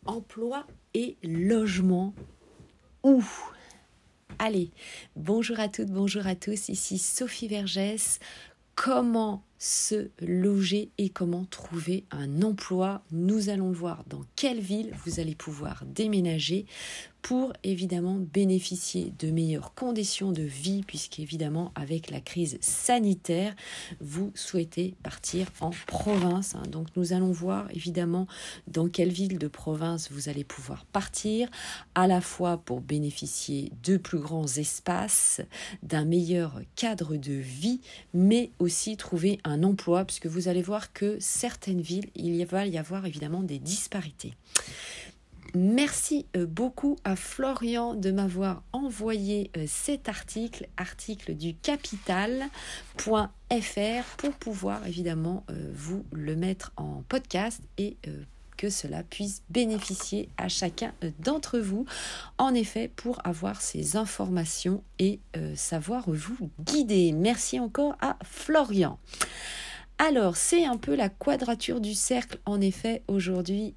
emploi et logement. Ouh. Allez, bonjour à toutes, bonjour à tous, ici Sophie Vergès. Comment se loger et comment trouver un emploi? Nous allons le voir dans quelle ville vous allez pouvoir déménager pour évidemment bénéficier de meilleures conditions de vie, puisqu'évidemment avec la crise sanitaire, vous souhaitez partir en province. Donc nous allons voir évidemment dans quelle ville de province vous allez pouvoir partir, à la fois pour bénéficier de plus grands espaces, d'un meilleur cadre de vie, mais aussi trouver un emploi, puisque vous allez voir que certaines villes, il va y avoir évidemment des disparités. Merci beaucoup à Florian de m'avoir envoyé cet article du capital.fr pour pouvoir évidemment vous le mettre en podcast et que cela puisse bénéficier à chacun d'entre vous, en effet, pour avoir ces informations et savoir vous guider. Merci encore à Florian. Alors, c'est un peu la quadrature du cercle, en effet, aujourd'hui,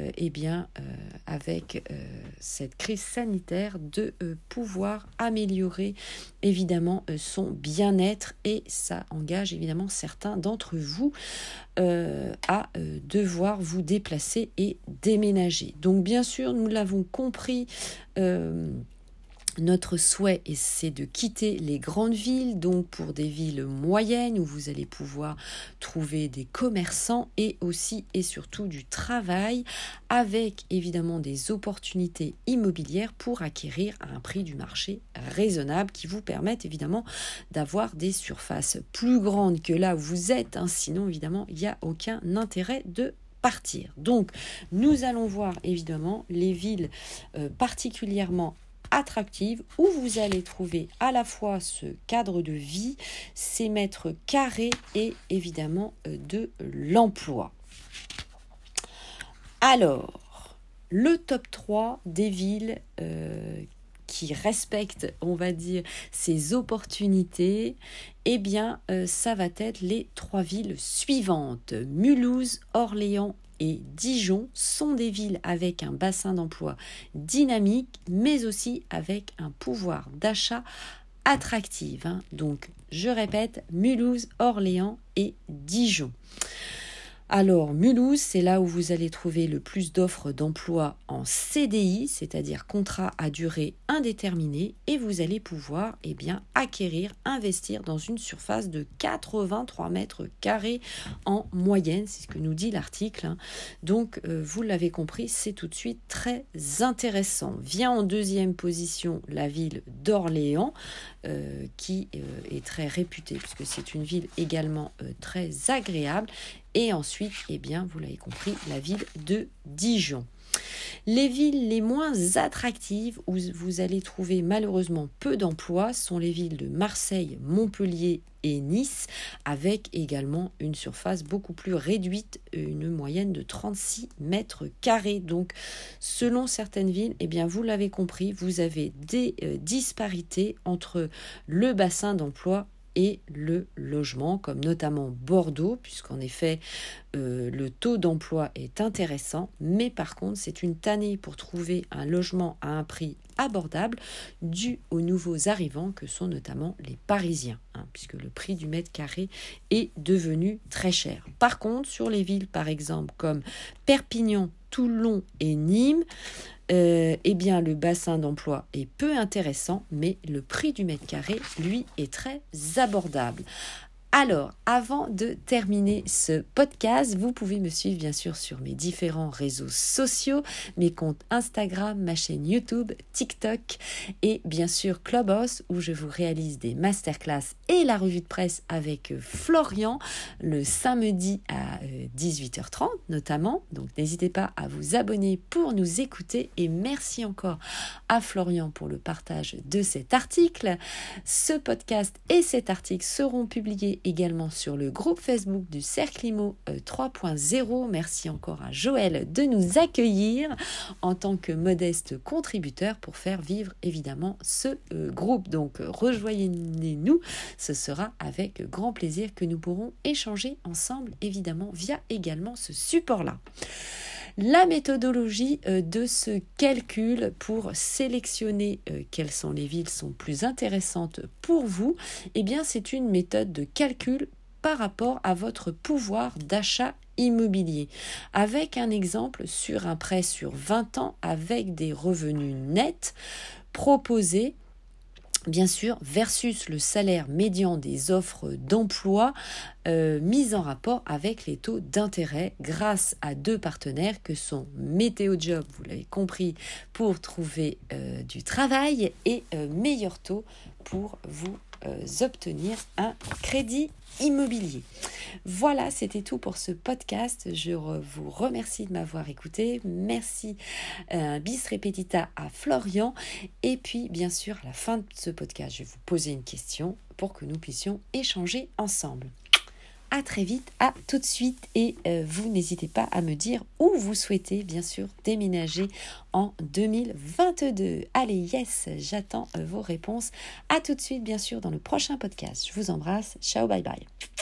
avec cette crise sanitaire, de pouvoir améliorer, évidemment, son bien-être, et ça engage, évidemment, certains d'entre vous à devoir vous déplacer et déménager. Donc, bien sûr, nous l'avons compris, notre souhait, c'est de quitter les grandes villes, donc pour des villes moyennes où vous allez pouvoir trouver des commerçants et aussi et surtout du travail, avec évidemment des opportunités immobilières pour acquérir à un prix du marché raisonnable qui vous permettent évidemment d'avoir des surfaces plus grandes que là où vous êtes. Sinon, évidemment, il n'y a aucun intérêt de partir. Donc, nous allons voir évidemment les villes particulièrement attractive où vous allez trouver à la fois ce cadre de vie, ces mètres carrés et évidemment de l'emploi. Alors, le top 3 des villes qui respectent, on va dire, ces opportunités, ça va être les 3 villes suivantes. Mulhouse, Orléans et Dijon sont des villes avec un bassin d'emploi dynamique, mais aussi avec un pouvoir d'achat attractif. Donc, je répète, Mulhouse, Orléans et Dijon. Alors, Mulhouse, c'est là où vous allez trouver le plus d'offres d'emploi en CDI, c'est-à-dire contrat à durée indéterminée, et vous allez pouvoir acquérir, investir dans une surface de 83 mètres carrés en moyenne, c'est ce que nous dit l'article. Donc, vous l'avez compris, c'est tout de suite très intéressant. Vient en deuxième position la ville d'Orléans, qui est très réputée, puisque c'est une ville également très agréable. Et ensuite, vous l'avez compris, la ville de Dijon. Les villes les moins attractives où vous allez trouver malheureusement peu d'emplois sont les villes de Marseille, Montpellier et Nice, avec également une surface beaucoup plus réduite, une moyenne de 36 mètres carrés. Donc, selon certaines villes, vous l'avez compris, vous avez des disparités entre le bassin d'emploi et le logement, comme notamment Bordeaux, puisqu'en effet, le taux d'emploi est intéressant, mais par contre, c'est une tannée pour trouver un logement à un prix abordable, dû aux nouveaux arrivants que sont notamment les Parisiens, puisque le prix du mètre carré est devenu très cher. Par contre, sur les villes, par exemple, comme Perpignan, Toulon et Nîmes, le bassin d'emploi est peu intéressant, mais le prix du mètre carré, lui, est très abordable. Alors, avant de terminer ce podcast, vous pouvez me suivre bien sûr sur mes différents réseaux sociaux, mes comptes Instagram, ma chaîne YouTube, TikTok et bien sûr Clubhouse où je vous réalise des masterclass et la revue de presse avec Florian le samedi à 18h30 notamment. Donc n'hésitez pas à vous abonner pour nous écouter et merci encore à Florian pour le partage de cet article. Ce podcast et cet article seront publiés également sur le groupe Facebook du Cercle Immo 3.0. Merci encore à Joël de nous accueillir en tant que modeste contributeur pour faire vivre évidemment ce groupe. Donc rejoignez-nous, ce sera avec grand plaisir que nous pourrons échanger ensemble évidemment via également ce support-là. La méthodologie de ce calcul pour sélectionner quelles sont les villes sont plus intéressantes pour vous, eh bien c'est une méthode de calcul par rapport à votre pouvoir d'achat immobilier. Avec un exemple sur un prêt sur 20 ans avec des revenus nets proposés, bien sûr, versus le salaire médian des offres d'emploi mises en rapport avec les taux d'intérêt grâce à 2 partenaires que sont Météo Job, vous l'avez compris, pour trouver du travail et Meilleur Taux pour vous obtenir un crédit immobilier. Voilà, c'était tout pour ce podcast. Je vous remercie de m'avoir écouté. Merci bis repetita à Florian. Et puis, bien sûr, à la fin de ce podcast, je vais vous poser une question pour que nous puissions échanger ensemble. À très vite, à tout de suite et vous n'hésitez pas à me dire où vous souhaitez bien sûr déménager en 2022. Allez, yes, j'attends vos réponses. À tout de suite bien sûr dans le prochain podcast. Je vous embrasse. Ciao, bye bye.